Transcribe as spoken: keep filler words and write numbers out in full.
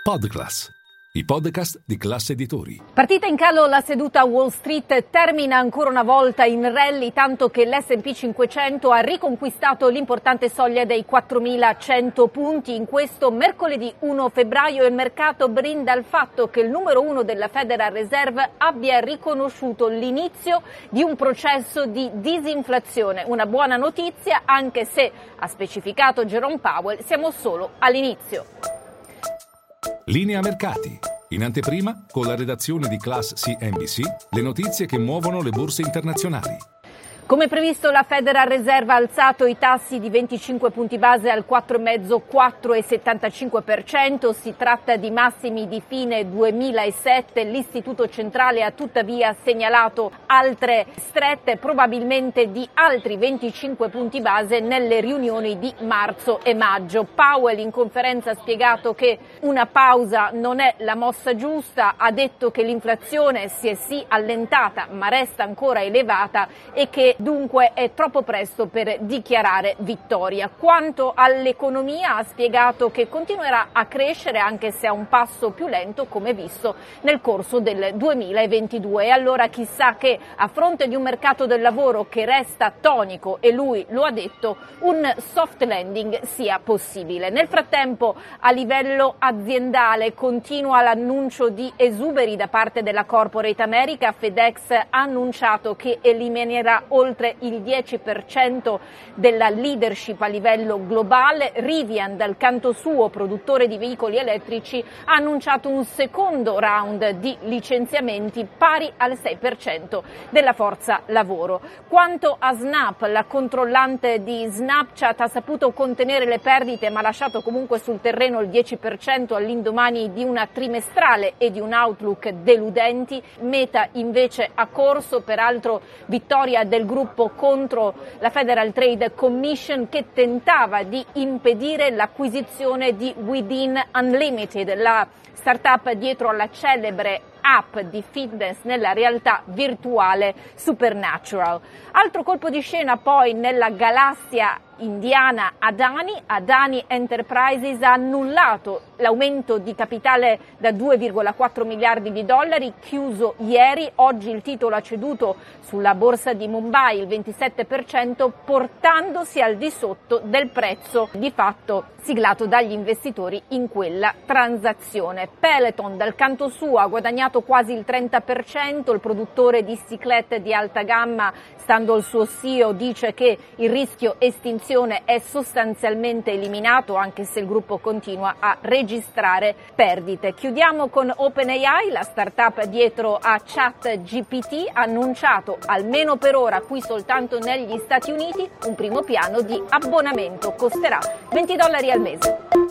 Podclass, i podcast di Class Editori. Partita in calo la seduta Wall Street, termina ancora una volta in rally, tanto che l'S and P cinquecento ha riconquistato l'importante soglia dei quattromilacento punti. In questo mercoledì primo febbraio il mercato brinda al fatto che il numero uno della Federal Reserve abbia riconosciuto l'inizio di un processo di disinflazione. Una buona notizia, anche se, ha specificato Jerome Powell, siamo solo all'inizio. Linea mercati. In anteprima, con la redazione di Class C N B C, le notizie che muovono le borse internazionali. Come previsto, la Federal Reserve ha alzato i tassi di venticinque punti base al quattro virgola cinque quattro virgola settantacinque per cento. Si tratta di massimi di fine duemilasette. L'Istituto Centrale ha tuttavia segnalato altre strette, probabilmente di altri venticinque punti base nelle riunioni di marzo e maggio. Powell in conferenza ha spiegato che una pausa non è la mossa giusta, ha detto che l'inflazione si è sì allentata ma resta ancora elevata e che dunque è troppo presto per dichiarare vittoria. Quanto all'economia ha spiegato che continuerà a crescere anche se a un passo più lento come visto nel corso del duemilaventidue. E allora chissà che a fronte di un mercato del lavoro che resta tonico, e lui lo ha detto, un soft landing sia possibile. Nel frattempo a livello aziendale continua l'annuncio di esuberi da parte della Corporate America. FedEx ha annunciato che eliminerà oltre il dieci per cento della leadership a livello globale. Rivian, dal canto suo, produttore di veicoli elettrici, ha annunciato un secondo round di licenziamenti pari al sei per cento della forza lavoro. Quanto a Snap, la controllante di Snapchat ha saputo contenere le perdite ma ha lasciato comunque sul terreno il dieci per cento all'indomani di una trimestrale e di un outlook deludenti. Meta invece ha corso, peraltro vittoria del gruppo contro la Federal Trade Commission che tentava di impedire l'acquisizione di Within Unlimited, la startup dietro alla celebre app di fitness nella realtà virtuale Supernatural. Altro colpo di scena poi nella galassia indiana Adani. Adani Enterprises ha annullato l'aumento di capitale da due virgola quattro miliardi di dollari chiuso ieri. Oggi il titolo ha ceduto sulla borsa di Mumbai il ventisette per cento, portandosi al di sotto del prezzo di fatto siglato dagli investitori in quella transazione. Peloton, dal canto suo, ha guadagnato quasi il trenta per cento. Il produttore di ciclette di alta gamma, stando al suo C E O, dice che il rischio estinzione è sostanzialmente eliminato, anche se il gruppo continua a registrare perdite. Chiudiamo con OpenAI, la startup dietro a ChatGPT, ha annunciato, almeno per ora, qui soltanto negli Stati Uniti, un primo piano di abbonamento. Costerà venti dollari al mese.